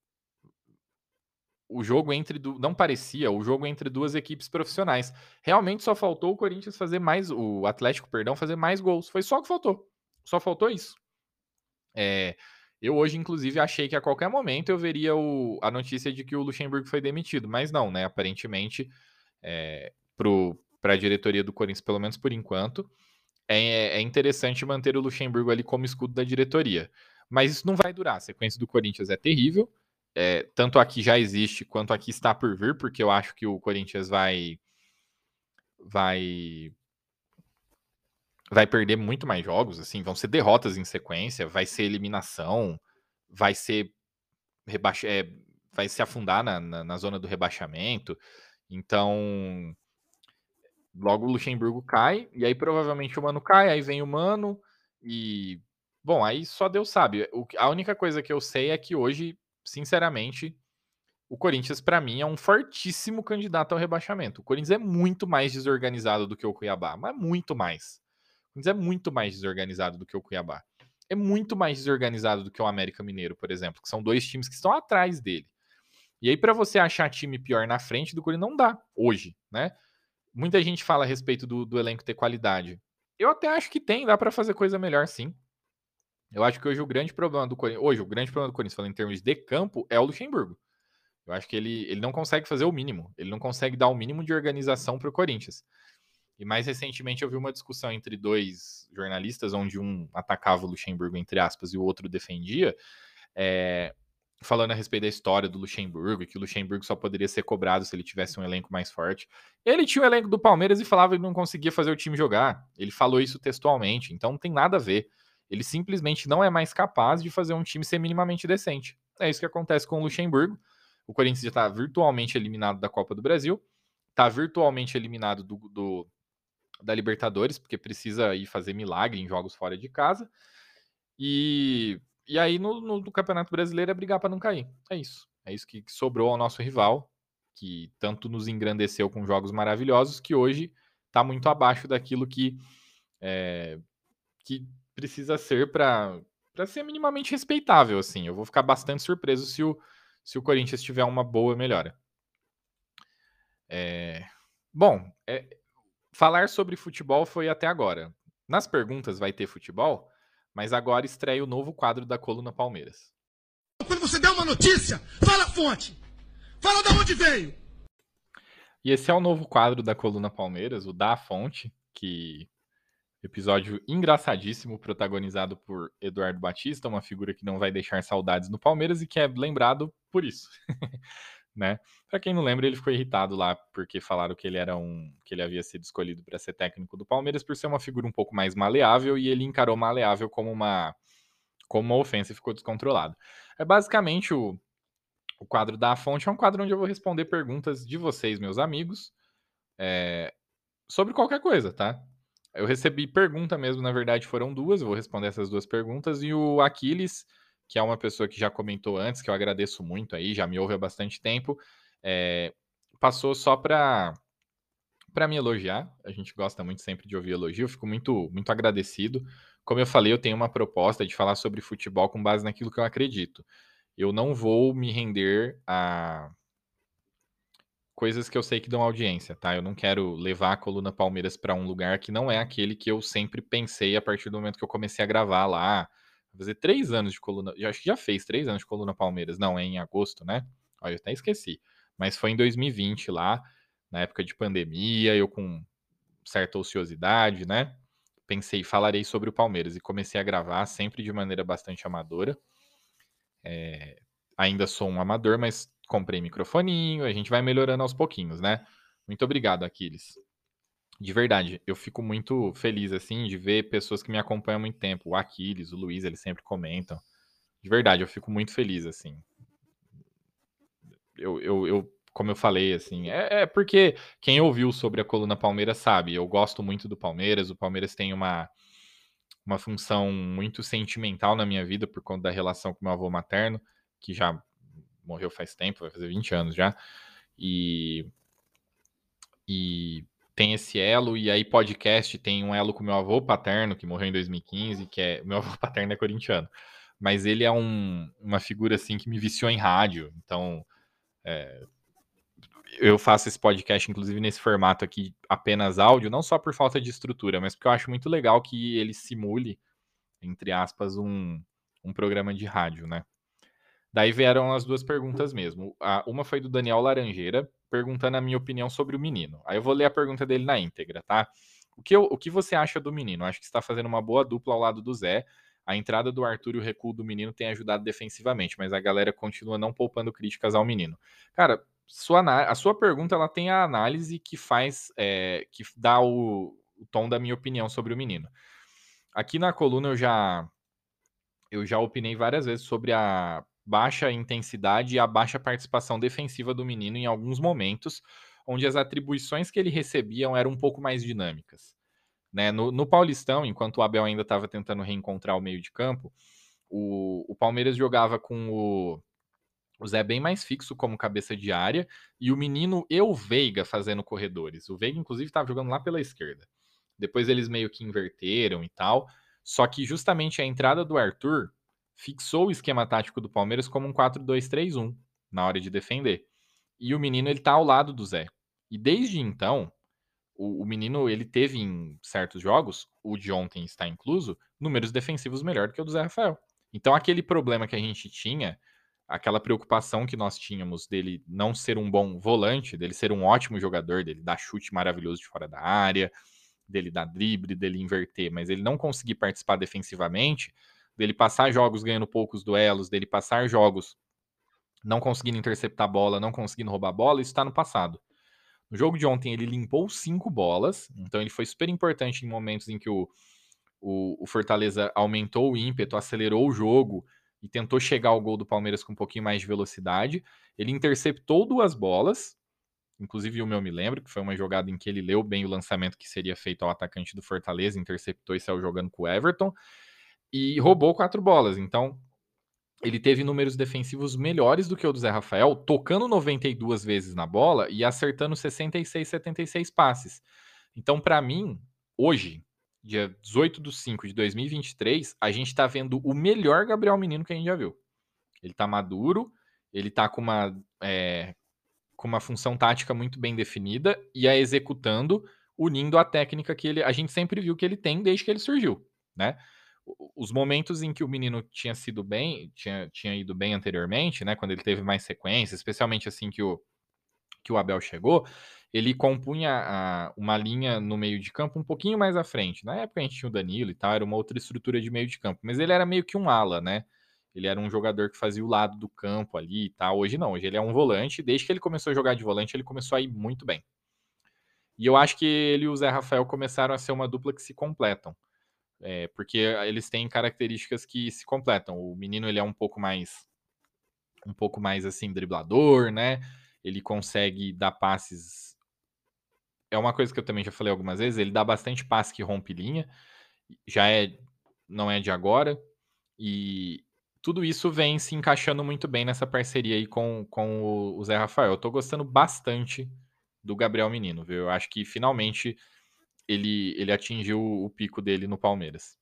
o jogo não parecia o jogo entre duas equipes profissionais. Realmente só faltou o Corinthians o Atlético, perdão, fazer mais gols. Foi só o que faltou. Só faltou isso. Eu hoje, inclusive, achei que a qualquer momento eu veria a notícia de que o Luxemburgo foi demitido, mas não, né? Aparentemente, para a diretoria do Corinthians, pelo menos por enquanto, é interessante manter o Luxemburgo ali como escudo da diretoria. Mas isso não vai durar. A sequência do Corinthians é terrível. Tanto aqui já existe quanto aqui está por vir, porque eu acho que o Corinthians vai perder muito mais jogos, assim, vão ser derrotas em sequência, vai ser eliminação, vai ser vai se afundar na zona do rebaixamento. Então, logo o Luxemburgo cai, e aí provavelmente o Mano cai, aí vem o Mano, e bom, aí só Deus sabe. A única coisa que eu sei é que hoje, sinceramente, o Corinthians, para mim, é um fortíssimo candidato ao rebaixamento. O Corinthians é muito mais desorganizado do que o Cuiabá, mas muito mais. O Corinthians é muito mais desorganizado do que o Cuiabá. É muito mais desorganizado do que o América Mineiro, por exemplo, que são dois times que estão atrás dele. E aí, para você achar time pior na frente do Corinthians, não dá hoje, né? Muita gente fala a respeito do elenco ter qualidade. Eu até acho que tem, dá para fazer coisa melhor, sim. Eu acho que hoje o grande problema do Corinthians, falando em termos de campo, é o Luxemburgo. Eu acho que ele não consegue fazer o mínimo, ele não consegue dar o mínimo de organização para o Corinthians. E mais recentemente eu vi uma discussão entre dois jornalistas, onde um atacava o Luxemburgo, entre aspas, e o outro defendia, é, falando a respeito da história do Luxemburgo, que o Luxemburgo só poderia ser cobrado se ele tivesse um elenco mais forte. Ele tinha o elenco do Palmeiras e falava que não conseguia fazer o time jogar. Ele falou isso textualmente, então não tem nada a ver. Ele simplesmente não é mais capaz de fazer um time ser minimamente decente. É isso que acontece com o Luxemburgo. O Corinthians já está virtualmente eliminado da Copa do Brasil, está virtualmente eliminado da Libertadores, porque precisa ir fazer milagre em jogos fora de casa. E aí no Campeonato Brasileiro é brigar para não cair. É isso. É isso que sobrou ao nosso rival, que tanto nos engrandeceu com jogos maravilhosos, que hoje está muito abaixo daquilo que precisa ser para ser minimamente respeitável. Assim, eu vou ficar bastante surpreso se o Corinthians tiver uma boa melhora. Bom, falar sobre futebol foi até agora. Nas perguntas vai ter futebol, mas agora estreia o novo quadro da Coluna Palmeiras. Quando você der uma notícia, fala a fonte. Fala de onde veio. E esse é o novo quadro da Coluna Palmeiras, o Da Fonte, que episódio engraçadíssimo, protagonizado por Eduardo Batista, uma figura que não vai deixar saudades no Palmeiras e que é lembrado por isso. Né? Para quem não lembra, ele ficou irritado lá porque falaram que que ele havia sido escolhido para ser técnico do Palmeiras por ser uma figura um pouco mais maleável e ele encarou maleável como uma ofensa e ficou descontrolado. É basicamente o quadro da Fonte, é um quadro onde eu vou responder perguntas de vocês, meus amigos, sobre qualquer coisa, tá? Eu recebi pergunta mesmo, na verdade foram duas, eu vou responder essas duas perguntas, e o Aquiles, que é uma pessoa que já comentou antes, que eu agradeço muito aí, já me ouve há bastante tempo, passou só para me elogiar. A gente gosta muito sempre de ouvir elogio, eu fico muito, muito agradecido. Como eu falei, eu tenho uma proposta de falar sobre futebol com base naquilo que eu acredito. Eu não vou me render a coisas que eu sei que dão audiência, tá? Eu não quero levar a Coluna Palmeiras para um lugar que não é aquele que eu sempre pensei a partir do momento que eu comecei a gravar lá. Vai fazer 3 anos de Coluna. Eu acho que já fez 3 anos de Coluna Palmeiras. Não, é em agosto, né? Olha, eu até esqueci. Mas foi em 2020 lá, na época de pandemia, eu com certa ociosidade, né? Pensei, falarei sobre o Palmeiras e comecei a gravar sempre de maneira bastante amadora. Ainda sou um amador, mas comprei microfoninho, a gente vai melhorando aos pouquinhos, né? Muito obrigado, Aquiles. De verdade, eu fico muito feliz, assim, de ver pessoas que me acompanham há muito tempo. O Aquiles, o Luiz, eles sempre comentam. De verdade, eu fico muito feliz, assim. Como eu falei, assim, é porque quem ouviu sobre a Coluna Palmeiras sabe, eu gosto muito do Palmeiras, o Palmeiras tem uma função muito sentimental na minha vida por conta da relação com meu avô materno, que já morreu faz tempo, vai fazer 20 anos já, e, e tem esse elo, e aí podcast tem um elo com meu avô paterno, que morreu em 2015, que é, meu avô paterno é corintiano, mas ele é uma figura, assim, que me viciou em rádio, então eu faço esse podcast, inclusive, nesse formato aqui, apenas áudio, não só por falta de estrutura, mas porque eu acho muito legal que ele simule, entre aspas, um programa de rádio, né? Daí vieram as duas perguntas mesmo. Uma foi do Daniel Laranjeira, perguntando a minha opinião sobre o menino. Aí eu vou ler a pergunta dele na íntegra, tá? O que você acha do menino? Acho que está fazendo uma boa dupla ao lado do Zé. A entrada do Arthur e o recuo do menino tem ajudado defensivamente, mas a galera continua não poupando críticas ao menino. Cara, a sua pergunta ela tem a análise que faz, que dá o tom da minha opinião sobre o menino. Aqui na coluna eu já opinei várias vezes sobre a baixa intensidade e a baixa participação defensiva do menino em alguns momentos, onde as atribuições que ele recebia eram um pouco mais dinâmicas. Né? No Paulistão, enquanto o Abel ainda estava tentando reencontrar o meio de campo, o Palmeiras jogava com o Zé bem mais fixo como cabeça de área e o menino e o Veiga fazendo corredores. O Veiga, inclusive, estava jogando lá pela esquerda. Depois eles meio que inverteram e tal. Só que justamente a entrada do Arthur fixou o esquema tático do Palmeiras como um 4-2-3-1. na hora de defender. E o menino, ele tá ao lado do Zé. E desde então, o menino, ele teve em certos jogos, o de ontem está incluso, números defensivos melhor do que o do Zé Rafael. Então aquele problema que a gente tinha, aquela preocupação que nós tínhamos dele não ser um bom volante, dele ser um ótimo jogador, dele dar chute maravilhoso de fora da área, dele dar drible, dele inverter, mas ele não conseguir participar defensivamente, dele passar jogos ganhando poucos duelos, dele passar jogos não conseguindo interceptar a bola, não conseguindo roubar a bola, isso está no passado. No jogo de ontem, ele limpou 5 bolas, então ele foi super importante em momentos em que o Fortaleza aumentou o ímpeto, acelerou o jogo e tentou chegar ao gol do Palmeiras com um pouquinho mais de velocidade. Ele interceptou 2 bolas, inclusive o meu me lembro, que foi uma jogada em que ele leu bem o lançamento que seria feito ao atacante do Fortaleza, interceptou e saiu jogando com o Everton, e roubou 4 bolas. Então, ele teve números defensivos melhores do que o do Zé Rafael, tocando 92 vezes na bola e acertando 66, 76 passes. Então, para mim, hoje, dia 18/5/2023, a gente tá vendo o melhor Gabriel Menino que a gente já viu. Ele tá maduro, ele tá com uma função tática muito bem definida e a executando, unindo a técnica que a gente sempre viu que ele tem desde que ele surgiu, né? Os momentos em que o menino tinha sido bem, tinha ido bem anteriormente, né? Quando ele teve mais sequência, especialmente assim que o Abel chegou, ele compunha uma linha no meio de campo um pouquinho mais à frente. Na época a gente tinha o Danilo e tal, era uma outra estrutura de meio de campo, mas ele era meio que um ala, né? Ele era um jogador que fazia o lado do campo ali e tal. Hoje não, hoje ele é um volante. Desde que ele começou a jogar de volante, ele começou a ir muito bem. E eu acho que ele e o Zé Rafael começaram a ser uma dupla que se completam. Porque eles têm características que se completam. O menino ele é um pouco mais assim driblador, né? Ele consegue dar passes. É uma coisa que eu também já falei algumas vezes. Ele dá bastante passe que rompe linha. Já não é de agora. E tudo isso vem se encaixando muito bem nessa parceria aí com o Zé Rafael. Eu tô gostando bastante do Gabriel Menino, viu? Eu acho que finalmente ele atingiu o pico dele no Palmeiras.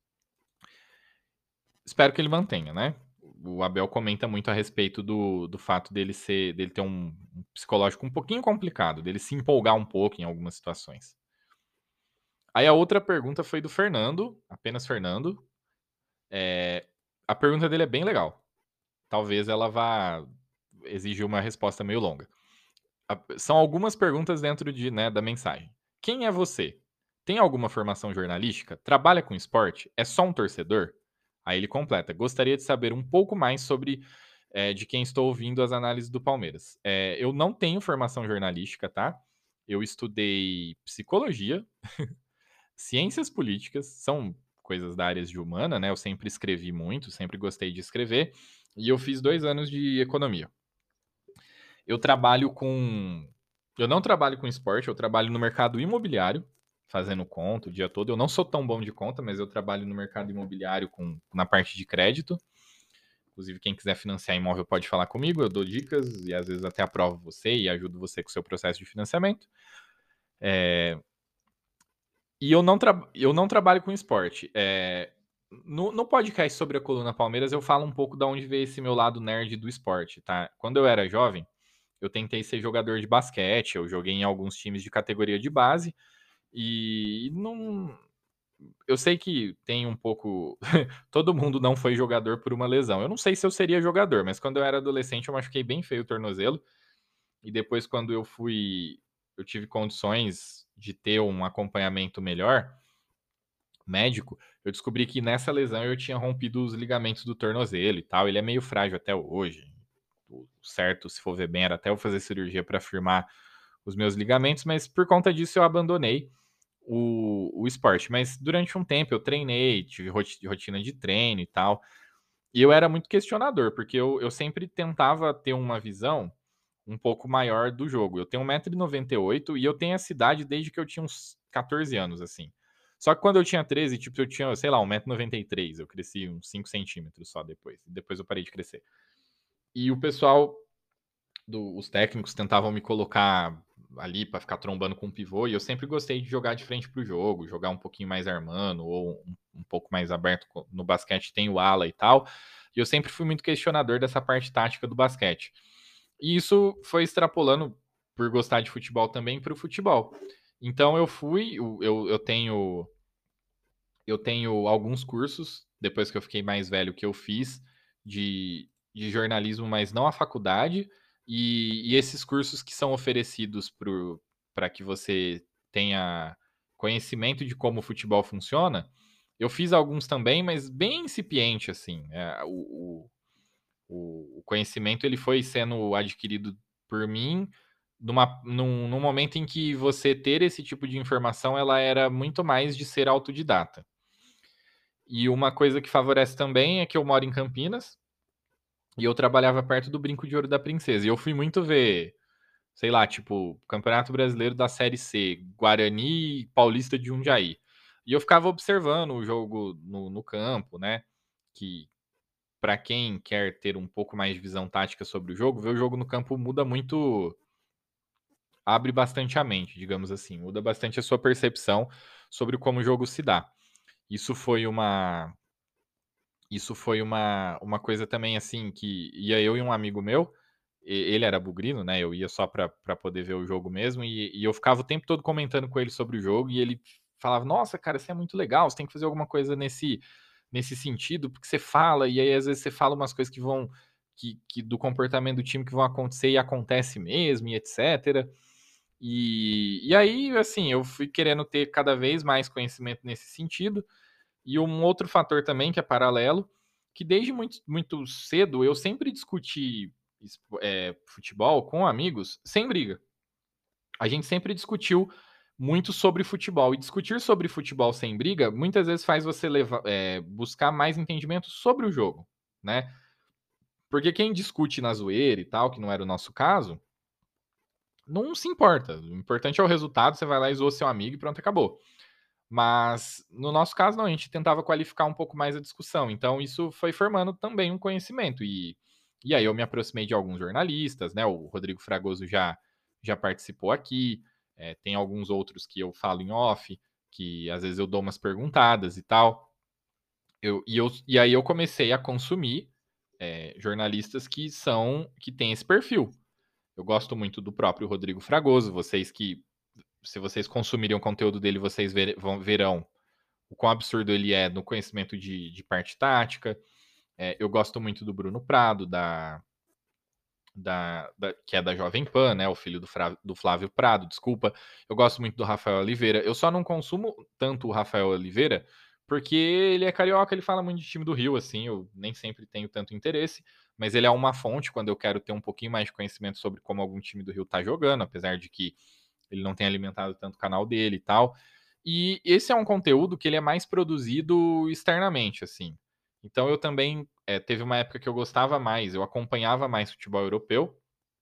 Espero que ele mantenha, né? O Abel comenta muito a respeito do fato dele ter um psicológico um pouquinho complicado, dele se empolgar um pouco em algumas situações. Aí a outra pergunta foi do Fernando, apenas Fernando. A pergunta dele é bem legal. Talvez ela vá exigir uma resposta meio longa. São algumas perguntas dentro da mensagem. Quem é você? Tem alguma formação jornalística? Trabalha com esporte? É só um torcedor? Aí ele completa. Gostaria de saber um pouco mais sobre de quem estou ouvindo as análises do Palmeiras. Eu não tenho formação jornalística, tá? Eu estudei psicologia, ciências políticas, são coisas da área de humana, né? Eu sempre escrevi muito, sempre gostei de escrever, e eu fiz 2 anos de economia. Eu trabalho com. Eu não trabalho com esporte, eu trabalho no mercado imobiliário, fazendo conta o dia todo. Eu não sou tão bom de conta, mas eu trabalho no mercado imobiliário na parte de crédito. Inclusive, quem quiser financiar imóvel pode falar comigo, eu dou dicas e às vezes até aprovo você e ajudo você com o seu processo de financiamento. E eu não trabalho com esporte. No podcast sobre a Coluna Palmeiras, eu falo um pouco de onde veio esse meu lado nerd do esporte, tá? Quando eu era jovem, eu tentei ser jogador de basquete, eu joguei em alguns times de categoria de base e não. Eu sei que tem um pouco. Todo mundo não foi jogador por uma lesão. Eu não sei se eu seria jogador, mas quando eu era adolescente eu machuquei bem feio o tornozelo. E depois, quando eu tive condições de ter um acompanhamento melhor, médico, eu descobri que nessa lesão eu tinha rompido os ligamentos do tornozelo e tal. Ele é meio frágil até hoje. O certo, se for ver bem, era até eu fazer cirurgia para firmar os meus ligamentos, mas por conta disso eu abandonei o esporte. Mas durante um tempo eu treinei, tive rotina de treino e tal. E eu era muito questionador, porque eu sempre tentava ter uma visão um pouco maior do jogo. Eu tenho 1,98 m e eu tenho essa idade desde que eu tinha uns 14 anos, assim. Só que quando eu tinha 13, tipo, eu tinha, sei lá, 1,93 m. Eu cresci uns 5 centímetros só depois. Depois eu parei de crescer. E o pessoal, os técnicos tentavam me colocar ali para ficar trombando com o pivô, e eu sempre gostei de jogar de frente pro jogo, jogar um pouquinho mais armando, ou um pouco mais aberto. No basquete tem o ala e tal. E eu sempre fui muito questionador dessa parte tática do basquete. E isso foi extrapolando, por gostar de futebol também, para o futebol. Então eu tenho alguns cursos, depois que eu fiquei mais velho, que eu fiz de jornalismo, mas não a faculdade, e esses cursos que são oferecidos para que você tenha conhecimento de como o futebol funciona, eu fiz alguns também, mas bem incipiente, assim. O conhecimento ele foi sendo adquirido por mim num momento em que você ter esse tipo de informação ela era muito mais de ser autodidata. E uma coisa que favorece também é que eu moro em Campinas e eu trabalhava perto do Brinco de Ouro da Princesa. E eu fui muito ver, sei lá, tipo, Campeonato Brasileiro da Série C, Guarani e Paulista de Jundiaí. E eu ficava observando o jogo no campo, né? Que para quem quer ter um pouco mais de visão tática sobre o jogo, ver o jogo no campo muda muito, abre bastante a mente, digamos assim, muda bastante a sua percepção sobre como o jogo se dá. Isso foi uma Isso foi uma coisa também, assim, que ia eu e um amigo meu, ele era bugrino, né, eu ia só pra poder ver o jogo mesmo, e eu ficava o tempo todo comentando com ele sobre o jogo, e ele falava: "Nossa, cara, isso é muito legal, você tem que fazer alguma coisa nesse sentido, porque você fala, e aí às vezes você fala umas coisas que vão que do comportamento do time que vão acontecer e acontece mesmo e etcétera". E aí, assim, eu fui querendo ter cada vez mais conhecimento nesse sentido, e um outro fator também que é paralelo, que desde muito cedo eu sempre discuti futebol com amigos sem briga. A gente sempre discutiu muito sobre futebol. E discutir sobre futebol sem briga muitas vezes faz você buscar mais entendimento sobre o jogo, né? Porque quem discute na zoeira e tal, que não era o nosso caso, não se importa. O importante é o resultado, você vai lá e zoa seu amigo e pronto, acabou. Mas no nosso caso, não, a gente tentava qualificar um pouco mais a discussão. Então, isso foi formando também um conhecimento. E aí eu me aproximei de alguns jornalistas, né? O Rodrigo Fragoso já participou aqui, tem alguns outros que eu falo em off, que às vezes eu dou umas perguntadas e tal. E aí eu comecei a consumir jornalistas que têm esse perfil. Eu gosto muito do próprio Rodrigo Fragoso. Se vocês consumirem o conteúdo dele, vocês verão o quão absurdo ele é no conhecimento de parte tática. Eu gosto muito do Bruno Prado, que é da Jovem Pan, né? O filho do Flávio Prado, desculpa. Eu gosto muito do Rafael Oliveira. Eu só não consumo tanto o Rafael Oliveira porque ele é carioca, ele fala muito de time do Rio, assim, eu nem sempre tenho tanto interesse, mas ele é uma fonte quando eu quero ter um pouquinho mais de conhecimento sobre como algum time do Rio tá jogando, apesar de que ele não tem alimentado tanto o canal dele e tal. E esse é um conteúdo que ele é mais produzido externamente, assim. Então eu também teve uma época que eu gostava mais, eu acompanhava mais futebol europeu,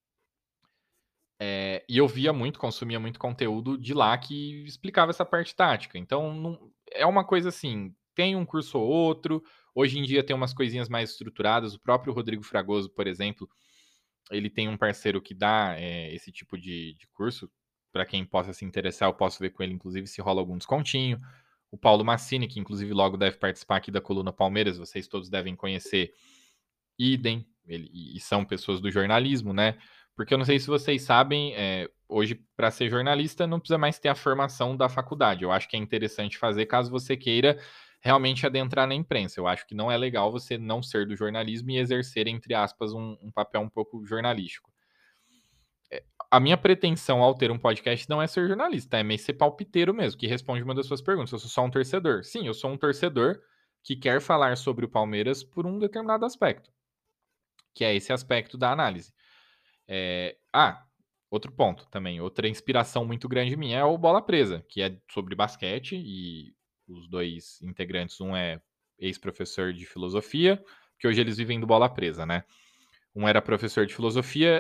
e eu via muito, consumia muito conteúdo de lá que explicava essa parte tática. Então é uma coisa assim, tem um curso ou outro, hoje em dia tem umas coisinhas mais estruturadas, o próprio Rodrigo Fragoso, por exemplo, ele tem um parceiro que dá esse tipo de curso. Para quem possa se interessar, eu posso ver com ele, inclusive, se rola algum descontinho. O Paulo Massini, que inclusive logo deve participar aqui da Coluna Palmeiras, vocês todos devem conhecer. Idem, e são pessoas do jornalismo, né? Porque eu não sei se vocês sabem, hoje, para ser jornalista, não precisa mais ter a formação da faculdade. Eu acho que é interessante fazer caso você queira realmente adentrar na imprensa. Eu acho que não é legal você não ser do jornalismo e exercer, entre aspas, um papel um pouco jornalístico. A minha pretensão ao ter um podcast não é ser jornalista, é meio ser palpiteiro mesmo, que responde uma das suas perguntas. Eu sou só um torcedor. Sim, eu sou um torcedor que quer falar sobre o Palmeiras por um determinado aspecto, que é esse aspecto da análise. É... Ah, outro ponto também, outra inspiração muito grande minha é o Bola Presa, que é sobre basquete, e os dois integrantes, um é ex-professor de filosofia, que hoje eles vivem do Bola Presa, né? Um era professor de filosofia,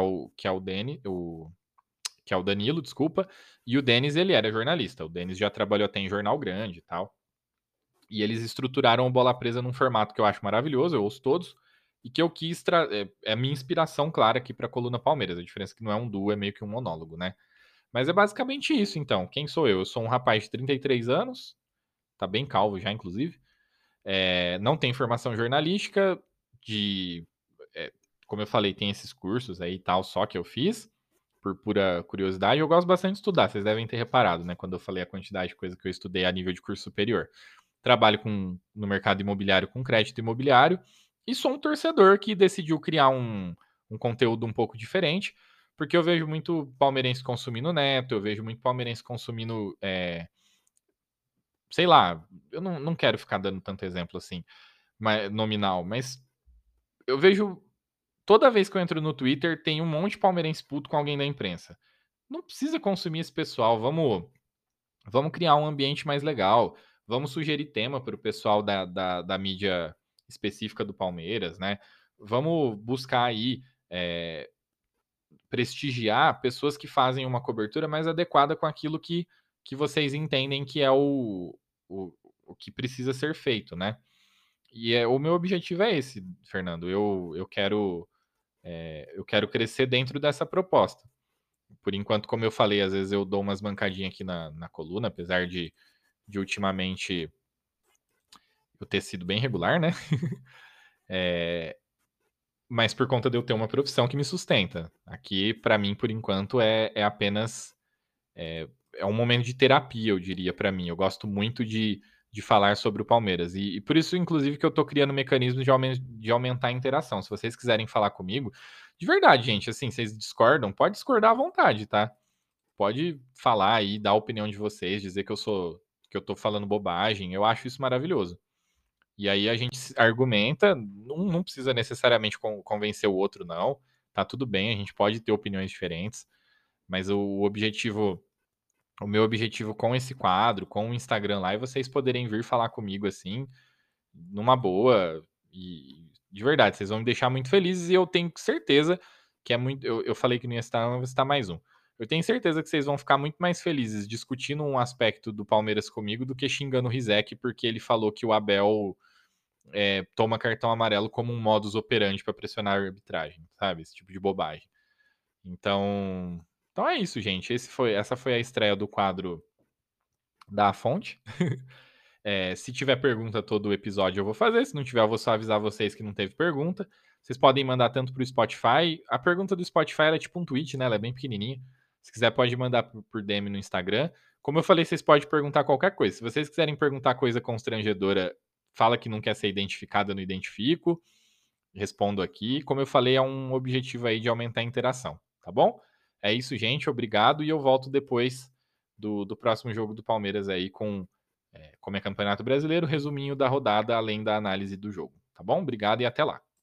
que é o Danilo, desculpa, e o Denis, ele era jornalista. O Denis já trabalhou até em jornal grande e tal. E eles estruturaram o Bola Presa num formato que eu acho maravilhoso, eu ouço todos, e que eu quis é a minha inspiração clara aqui para a Coluna Palmeiras. A diferença é que não é um duo, é meio que um monólogo, né? Mas é basicamente isso, então. Quem sou eu? Eu sou um rapaz de 33 anos, tá bem calvo já, inclusive. Não tem formação jornalística, de. é, como eu falei, tem esses cursos aí e tal, só que eu fiz por pura curiosidade. Eu gosto bastante de estudar, vocês devem ter reparado, né, quando eu falei a quantidade de coisa que eu estudei a nível de curso superior. Trabalho no mercado imobiliário com crédito imobiliário e sou um torcedor que decidiu criar um conteúdo um pouco diferente, porque eu vejo muito palmeirense consumindo Neto, eu vejo muito palmeirense consumindo, sei lá, eu não quero ficar dando tanto exemplo assim, nominal, mas eu vejo toda vez que eu entro no Twitter tem um monte de palmeirense puto com alguém da imprensa. Não precisa consumir esse pessoal, vamos criar um ambiente mais legal, vamos sugerir tema para o pessoal da mídia específica do Palmeiras, né? Vamos buscar aí prestigiar pessoas que fazem uma cobertura mais adequada com aquilo que vocês entendem que é o, o que precisa ser feito, né? E o meu objetivo é esse, Fernando. Eu quero crescer dentro dessa proposta. Por enquanto, como eu falei, às vezes eu dou umas mancadinhas aqui na coluna, apesar de ultimamente eu ter sido bem regular, né? Mas por conta de eu ter uma profissão que me sustenta. Aqui, para mim, por enquanto, é apenas. É um momento de terapia, eu diria, para mim. Eu gosto muito de falar sobre o Palmeiras. E por isso, inclusive, que eu tô criando mecanismos de aumentar a interação. Se vocês quiserem falar comigo, de verdade, gente, assim, vocês discordam, pode discordar à vontade, tá? Pode falar aí, dar a opinião de vocês, dizer que eu tô falando bobagem. Eu acho isso maravilhoso. E aí a gente argumenta, não precisa necessariamente convencer o outro, não. Tá tudo bem, a gente pode ter opiniões diferentes, mas o meu objetivo com esse quadro, com o Instagram lá, é vocês poderem vir falar comigo assim, numa boa, e de verdade, vocês vão me deixar muito felizes e eu tenho certeza que é muito. Eu falei que não ia estar, mas vou citar mais um. Eu tenho certeza que vocês vão ficar muito mais felizes discutindo um aspecto do Palmeiras comigo do que xingando o Rizek porque ele falou que o Abel toma cartão amarelo como um modus operandi para pressionar a arbitragem, sabe? Esse tipo de bobagem. Então, então é isso, gente. Essa foi a estreia do quadro da Fonte. Se tiver pergunta todo o episódio eu vou fazer, se não tiver eu vou só avisar vocês que não teve pergunta. Vocês podem mandar tanto para o Spotify. A pergunta do Spotify é tipo um tweet, né? Ela é bem pequenininha. Se quiser pode mandar por DM no Instagram. Como eu falei, vocês podem perguntar qualquer coisa. Se vocês quiserem perguntar coisa constrangedora, fala que não quer ser identificada, eu não identifico. Respondo aqui. Como eu falei, é um objetivo aí de aumentar a interação, tá bom? É isso, gente. Obrigado. E eu volto depois do próximo jogo do Palmeiras aí como é Campeonato Brasileiro, resuminho da rodada, além da análise do jogo. Tá bom? Obrigado e até lá.